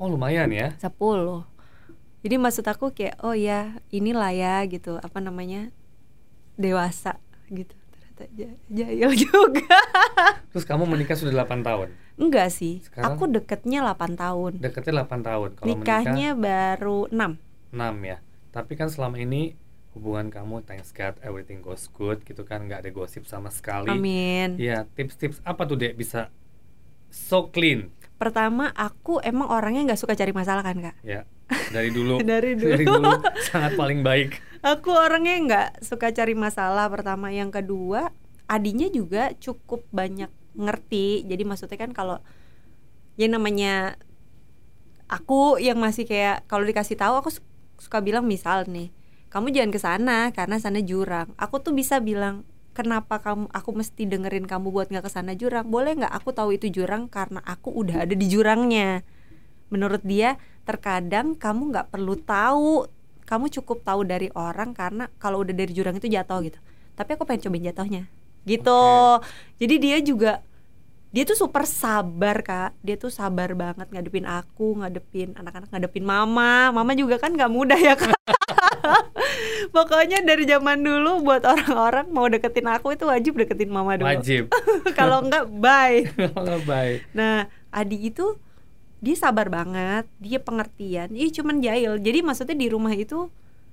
Oh lumayan ya. 10. Jadi maksud aku kayak oh ya inilah ya gitu, apa namanya, dewasa gitu. Ternyata jahil juga. Terus kamu menikah sudah 8 tahun. Enggak sih, Sekarang? aku deketnya 8 tahun. Deketnya 8 tahun. Kalau Nikahnya menikah baru 6. 6 ya. Tapi kan selama ini hubungan kamu thanks God everything goes good gitu kan, nggak ada gosip sama sekali. Amin. Iya, tips-tips apa tuh Dek bisa so clean? Pertama, aku emang orangnya nggak suka cari masalah kan kak. Ya, dari dulu. Dari dulu. Dari dulu sangat paling baik. Aku orangnya nggak suka cari masalah. Pertama, yang kedua, adinya juga cukup banyak ngerti. Jadi maksudnya kan kalau ya namanya aku yang masih kayak kalau dikasih tahu aku suka bilang misal nih, kamu jangan ke sana karena sana jurang. Aku tuh bisa bilang, kenapa aku mesti dengerin kamu buat nggak kesana jurang? Boleh nggak aku tahu itu jurang karena aku udah ada di jurangnya. Menurut dia terkadang kamu nggak perlu tahu, kamu cukup tahu dari orang karena kalau udah dari jurang itu jatuh gitu. Tapi aku pengen cobain jatuhnya gitu. Jadi dia tuh super sabar kak. Dia tuh sabar banget ngadepin aku, ngadepin anak-anak, ngadepin mama juga kan nggak mudah ya kak. Pokoknya dari zaman dulu buat orang-orang mau deketin aku itu wajib deketin mama dulu. Wajib. Kalau enggak bye. Bye. Nah, Adi itu dia sabar banget, dia pengertian. Iya cuman jahil. Jadi maksudnya di rumah itu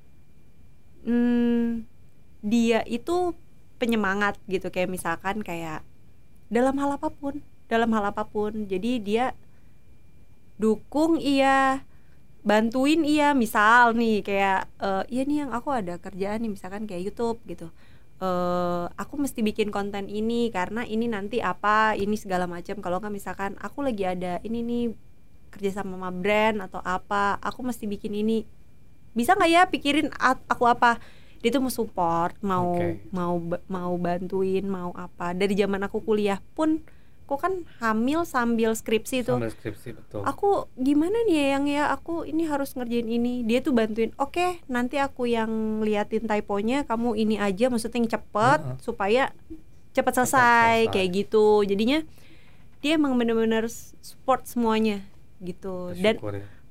dia itu penyemangat gitu, kayak misalkan kayak dalam hal apapun. Jadi dia dukung iya, bantuin iya, misal nih kayak iya nih yang aku ada kerjaan nih misalkan kayak YouTube gitu, aku mesti bikin konten ini karena ini nanti apa ini segala macam. Kalau nggak misalkan aku lagi ada ini nih kerja sama brand atau apa, aku mesti bikin ini, bisa nggak ya pikirin aku apa. Dia tuh mau support, mau bantuin, mau apa. Dari zaman aku kuliah pun aku kan hamil sambil skripsi tuh. Sambil skripsi, betul. Aku gimana nih ya aku ini harus ngerjain ini. Dia tuh bantuin. Oke, nanti aku yang liatin typonya, kamu ini aja, maksudnya yang cepet supaya cepet selesai kayak gitu. Jadinya dia emang bener-bener support semuanya gitu. Dan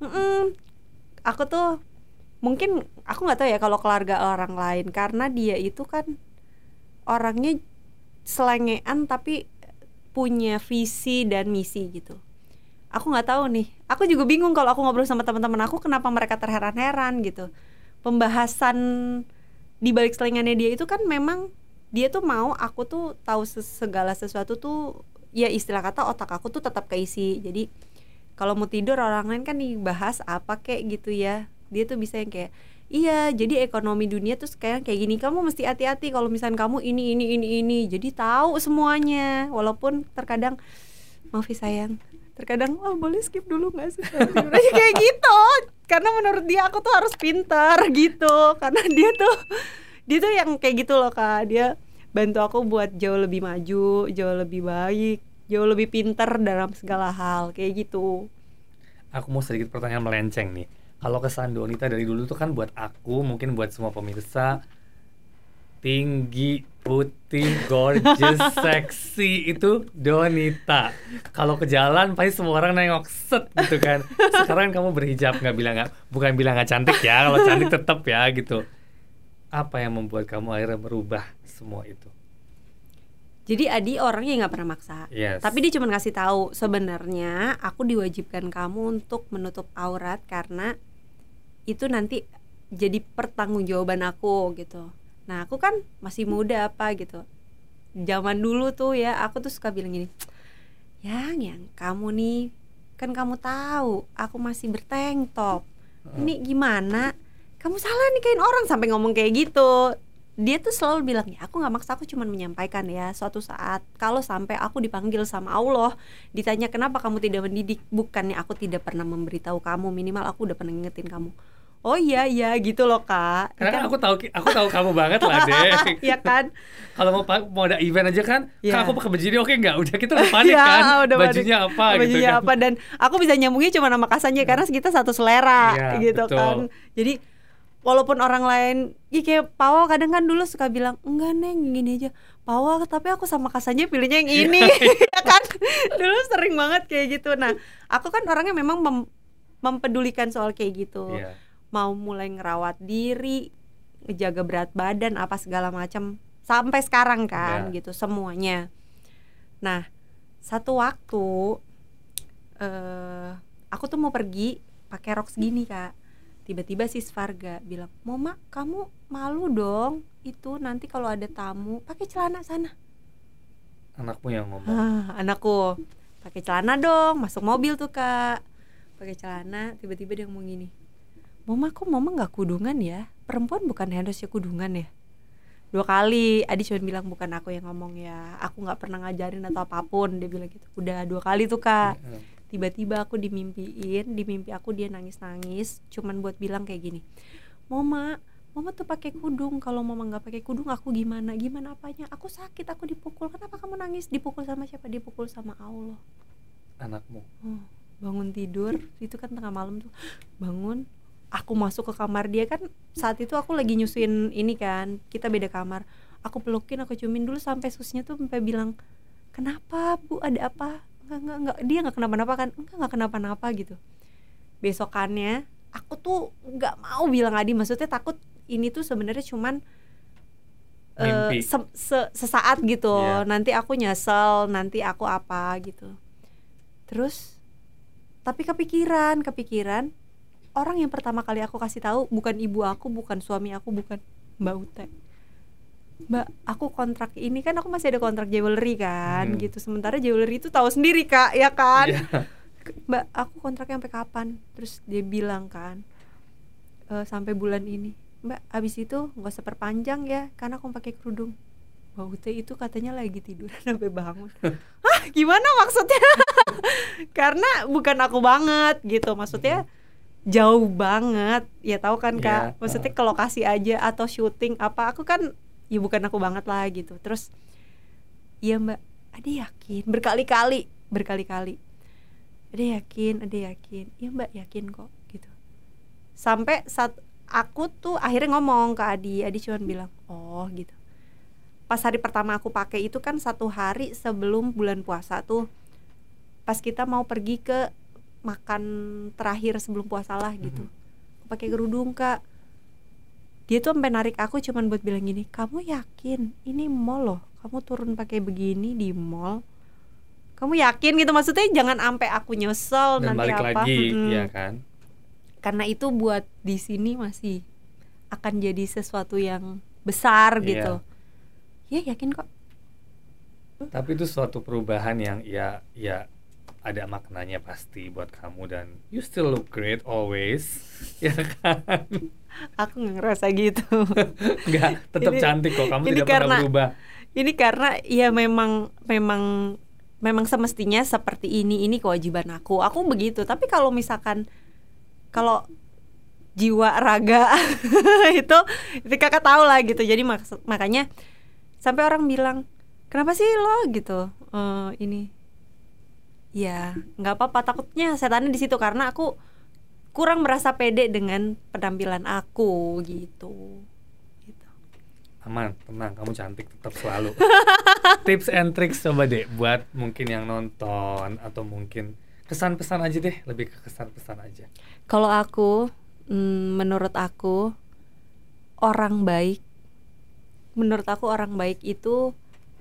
aku tuh mungkin aku nggak tahu ya kalau keluarga orang lain, karena dia itu kan orangnya selengean tapi punya visi dan misi gitu. Aku nggak tahu nih, aku juga bingung kalau aku ngobrol sama teman-teman aku kenapa mereka terheran-heran gitu. Pembahasan di balik selingannya dia itu kan memang dia tuh mau aku tuh tahu segala sesuatu tuh, ya istilah kata otak aku tuh tetap keisi. Jadi kalau mau tidur orang lain kan dibahas apa kayak gitu ya, dia tuh bisa yang kayak iya jadi ekonomi dunia tuh sekarang kayak gini, kamu mesti hati-hati kalau misalnya kamu ini jadi tahu semuanya. Walaupun terkadang maaf ya sayang, terkadang boleh skip dulu nggak sih kayak gitu, karena menurut dia aku tuh harus pintar gitu, karena dia tuh yang kayak gitu loh kak. Dia bantu aku buat jauh lebih maju, jauh lebih baik, jauh lebih pintar dalam segala hal kayak gitu. Aku mau sedikit pertanyaan melenceng nih. Kalau kesan Donita dari dulu tuh kan buat aku, mungkin buat semua pemirsa, tinggi, putih, gorgeous, seksi itu Donita. Kalau ke jalan pasti semua orang nengok set gitu kan. Sekarang kamu berhijab, bukan bilang nggak cantik ya, kalau cantik tetap ya gitu. Apa yang membuat kamu akhirnya merubah semua itu? Jadi Adi orangnya nggak pernah maksa, tapi dia cuma ngasih tahu sebenarnya aku diwajibkan kamu untuk menutup aurat karena itu nanti jadi pertanggungjawaban aku gitu. Nah aku kan masih muda apa gitu. Zaman dulu tuh ya aku tuh suka bilang gini, yang kamu nih kan kamu tahu aku masih bertank top. Ini gimana? Kamu salah nikahin orang, sampai ngomong kayak gitu. Dia tuh selalu bilang, ya aku gak maksa, aku cuma menyampaikan ya, suatu saat kalau sampai aku dipanggil sama Allah, ditanya kenapa kamu tidak mendidik, bukannya aku tidak pernah memberitahu kamu, minimal aku udah pernah ngingetin kamu. Oh iya gitu loh kak. Karena kan aku tahu kamu banget lah deh. Iya kan. Kalau mau ada event aja kan, ya. Kak aku pakai baju ini oke nggak? Udah kita udah panik kan. Bajunya apa gitu kan. Apa, dan aku bisa nyambungnya cuma nama kasannya karena kita satu selera gitu betul. Kan. Jadi walaupun orang lain kayak Pawa kadang kan dulu suka bilang enggak Neng gini aja Pawa, tapi aku sama kasannya pilihnya yang ini. Ya kan dulu sering banget kayak gitu. Nah aku kan orangnya memang mempedulikan soal kayak gitu. Iya. Mau mulai ngerawat diri, ngejaga berat badan apa segala macam sampai sekarang kan Iya. gitu semuanya. Nah, satu waktu aku tuh mau pergi pakai rok segini Kak. Tiba-tiba si Svarga bilang, "Mama, kamu malu dong. Itu nanti kalau ada tamu pakai celana sana." Anakmu yang ngomong. Anakku pakai celana dong, masuk mobil tuh Kak. Pakai celana, tiba-tiba dia ngomong gini, "Mama, kok mama nggak kudungan ya? Perempuan bukan harusnya kudungan ya?" 2 kali. Adi cuma bilang, "Bukan aku yang ngomong ya, aku nggak pernah ngajarin atau apapun," dia bilang gitu. Udah 2 kali tuh Kak. Tiba-tiba aku di mimpi aku dia nangis-nangis, cuman buat bilang kayak gini, Mama tuh pakai kudung. Kalau mama nggak pakai kudung aku gimana apanya? Aku sakit, aku dipukul. Kenapa kamu nangis? Dipukul sama siapa? Dipukul sama Allah. Anakmu. Bangun tidur, itu kan tengah malam tuh. Bangun, aku masuk ke kamar dia kan. Saat itu aku lagi nyusuin ini kan, kita beda kamar. Aku pelukin, aku ciumin dulu sampai susnya tuh sampai bilang, "Kenapa Bu, ada apa?" Enggak, dia nggak kenapa-napa kan? Enggak kenapa-napa gitu. Besokannya aku tuh nggak mau bilang Adi, maksudnya takut ini tuh sebenarnya cuman Mimpi. sesaat gitu. Iya. Nanti aku nyesel, nanti aku apa gitu. Terus tapi kepikiran orang yang pertama kali aku kasih tahu bukan ibu aku, bukan suami aku, bukan Mbak Ute. Mbak, aku kontrak ini kan, aku masih ada kontrak jewelry kan gitu. Sementara jewelry itu tahu sendiri Kak, ya kan? Iya. Mbak, aku kontraknya sampai kapan? Terus dia bilang kan, sampai bulan ini. Mbak, abis itu nggak usah perpanjang ya, karena aku pakai kerudung. Mbak Ute itu katanya lagi tidur sampai bangun. Hah, gimana maksudnya? Karena bukan aku banget gitu, maksudnya jauh banget. Ya tahu kan Kak, maksudnya ke lokasi aja atau syuting apa, aku kan ya bukan aku banget lah gitu. Terus, iya Mbak, Ade yakin berkali-kali. Ade yakin, iya Mbak yakin kok gitu. Sampai saat aku tuh akhirnya ngomong ke Adi cuma bilang, "Oh gitu." Pas hari pertama aku pakai itu kan 1 hari sebelum bulan puasa tuh, pas kita mau pergi ke makan terakhir sebelum puasa lah gitu. Aku pakai kerudung Kak. Dia tuh sampai narik aku cuman buat bilang gini, "Kamu yakin ini mall loh, kamu turun pakai begini di mall? Kamu yakin?" gitu, maksudnya jangan sampai aku nyesel Dan nanti balik apa. lagi, ya kan? Karena itu buat di sini masih akan jadi sesuatu yang besar gitu. Ya yakin kok. Tapi itu suatu perubahan yang ya ada maknanya pasti buat kamu, dan you still look great always. Ya kan? Aku nggak ngerasa gitu. Enggak, tetap cantik kok. Kamu tidak pernah berubah. Ini karena ya memang semestinya seperti ini kewajiban aku. Aku begitu. Tapi kalau misalkan kalau jiwa raga itu Kakak tahu lah gitu. Jadi makanya sampai orang bilang, "Kenapa sih lo gitu?" Ini ya nggak apa-apa, takutnya setannya di situ karena aku kurang merasa pede dengan penampilan aku gitu. Aman, tenang, kamu cantik tetap selalu. Tips and tricks coba deh buat mungkin yang nonton, atau mungkin kesan-pesan aja deh, lebih ke kesan-pesan aja. Kalau aku, menurut aku orang baik itu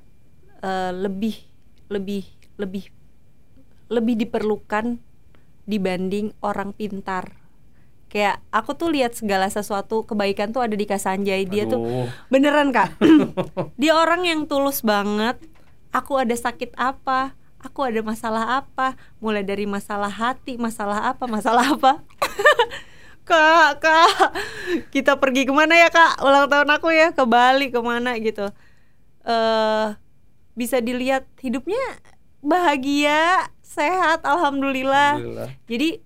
lebih diperlukan dibanding orang pintar. Kayak aku tuh lihat segala sesuatu kebaikan tuh ada di Kak Sanjay. Dia tuh beneran Kak. Dia orang yang tulus banget. Aku ada sakit apa, aku ada masalah apa, mulai dari masalah hati, masalah apa Kak, kita pergi kemana ya Kak? Ulang tahun aku ya, ke Bali kemana gitu. Bisa dilihat hidupnya bahagia, sehat, alhamdulillah. Jadi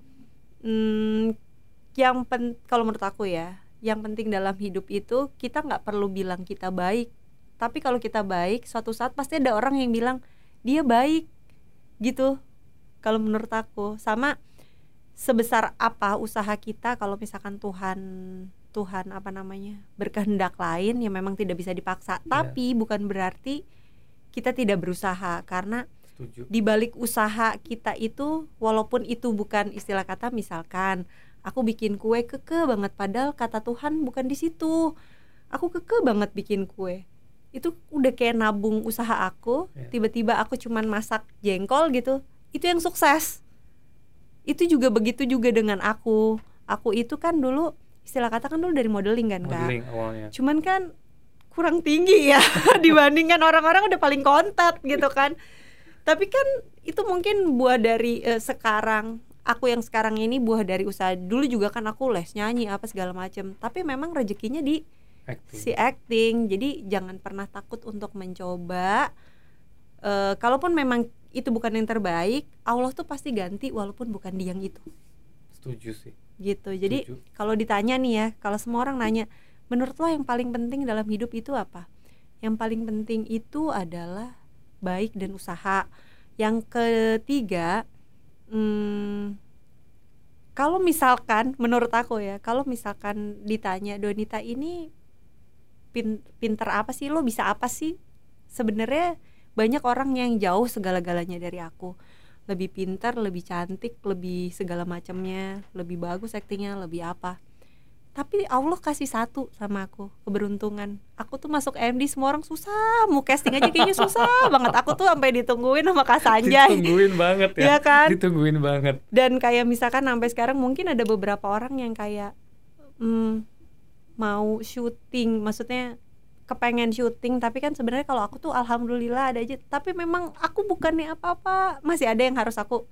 kalau menurut aku ya, yang penting dalam hidup itu kita nggak perlu bilang kita baik, tapi kalau kita baik, suatu saat pasti ada orang yang bilang dia baik gitu. Kalau menurut aku, sama sebesar apa usaha kita, kalau misalkan Tuhan berkehendak lain, ya memang tidak bisa dipaksa. Tapi bukan berarti kita tidak berusaha, karena Setuju. Di balik usaha kita itu, walaupun itu bukan istilah kata, misalkan aku bikin kue keke banget, padahal kata Tuhan bukan di situ. Aku keke banget bikin kue. Itu udah kayak nabung usaha aku. Tiba-tiba aku cuman masak jengkol gitu. Itu yang sukses. Itu juga begitu juga dengan aku. Aku itu kan dulu, istilah kata kan dulu dari modeling kan, Modeling Kak. awalnya. Cuman kan kurang tinggi ya dibandingkan orang-orang udah paling kontak gitu kan. Tapi kan itu mungkin buah dari sekarang. Aku yang sekarang ini buah dari usaha. Dulu juga kan aku les nyanyi apa segala macam. Tapi memang rezekinya di si acting. Jadi jangan pernah takut untuk mencoba. Kalaupun memang itu bukan yang terbaik, Allah tuh pasti ganti walaupun bukan di yang itu. Setuju sih. Gitu. Jadi kalau ditanya nih ya, kalau semua orang nanya, menurut lo yang paling penting dalam hidup itu apa? Yang paling penting itu adalah baik dan usaha. Yang ketiga, kalau misalkan menurut aku ya, kalau misalkan ditanya, Donita ini pinter apa sih, lo bisa apa sih? Sebenarnya banyak orang yang jauh segala-galanya dari aku. Lebih pintar, lebih cantik, lebih segala macamnya, lebih bagus aktingnya, lebih apa. Tapi Allah kasih satu sama aku, keberuntungan. Aku tuh masuk MD, semua orang susah, mau casting aja kayaknya susah banget. Aku tuh sampai ditungguin sama Kak Sanjay. Ditungguin banget ya. Iya kan? Ditungguin banget. Dan kayak misalkan sampai sekarang mungkin ada beberapa orang yang kayak mau syuting, maksudnya kepengen syuting, tapi kan sebenarnya kalau aku tuh alhamdulillah ada aja. Tapi memang aku bukannya apa-apa, masih ada yang harus aku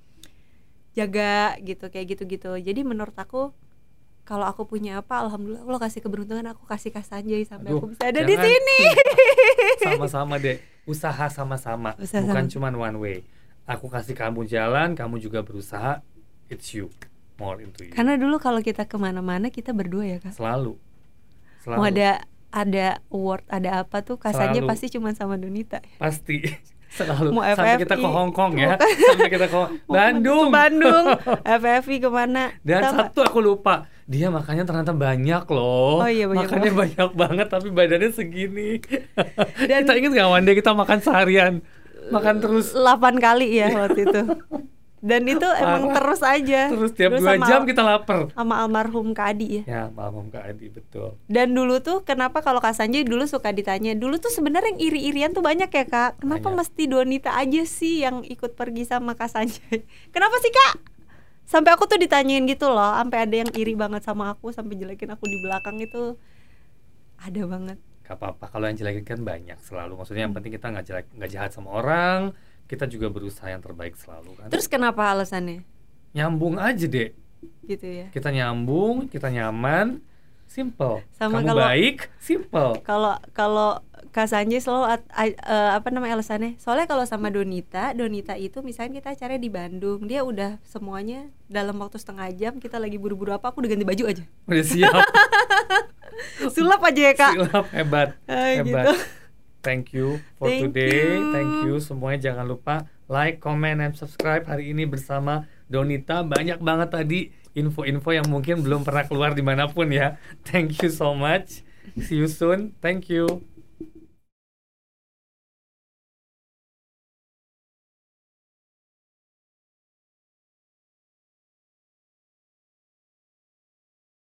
jaga gitu, kayak gitu-gitu. Jadi menurut aku, kalau aku punya apa, alhamdulillah Allah kasih keberuntungan, aku kasih Kak Sanjay sampai aku bisa ada di sini. Sama-sama deh, usaha sama-sama, bukan cuman one way. Aku kasih kamu jalan, kamu juga berusaha, it's you, more into you. Karena dulu kalau kita kemana-mana kita berdua ya Kak. Selalu. Mau ada award, ada apa tuh, Kak Sanjay pasti cuma sama Donita. Pasti. Selalu. Mau sampai FFI, kita ke Hong Kong ya. Sampai kita ke Bandung. FFI kemana. Dan satu aku lupa, dia makannya ternyata banyak loh. Oh iya, makannya banyak banget tapi badannya segini. Dan kita ingat gak one day kita makan seharian, makan terus 8 kali ya waktu itu. Dan itu emang terus aja. Terus tiap 2 jam kita lapar. Sama almarhum Kak Adi ya. Ya, almarhum Kak Adi, betul. Dan dulu tuh kenapa kalau Kak Sanjay dulu suka ditanya, dulu tuh sebenarnya yang iri-irian tuh banyak ya Kak. Kenapa mesti Donita aja sih yang ikut pergi sama Kak Sanjay? Kenapa sih Kak? Sampai aku tuh ditanyain gitu loh, sampai ada yang iri banget sama aku, sampai jelekin aku di belakang itu ada banget. Gak apa-apa, kalau yang jelekin kan banyak selalu. Maksudnya yang penting kita nggak jahat sama orang. Kita juga berusaha yang terbaik selalu kan. Terus kenapa alasannya? Nyambung aja deh. Gitu ya. Kita nyambung, kita nyaman, simple. Sama kamu baik, simple. Kalau Kak Sanjay selalu apa namanya alasannya? Soalnya kalau sama Donita itu misalnya kita acaranya di Bandung, dia udah semuanya dalam waktu setengah jam, kita lagi buru-buru apa, aku udah ganti baju aja. Udah siap. Sulap aja ya Kak. Sulap, hebat. Gitu. Thank you for today. Thank you semuanya, jangan lupa like, comment, and subscribe. Hari ini bersama Donita, banyak banget tadi info-info yang mungkin belum pernah keluar dimanapun ya. Thank you so much. See you soon. Thank you.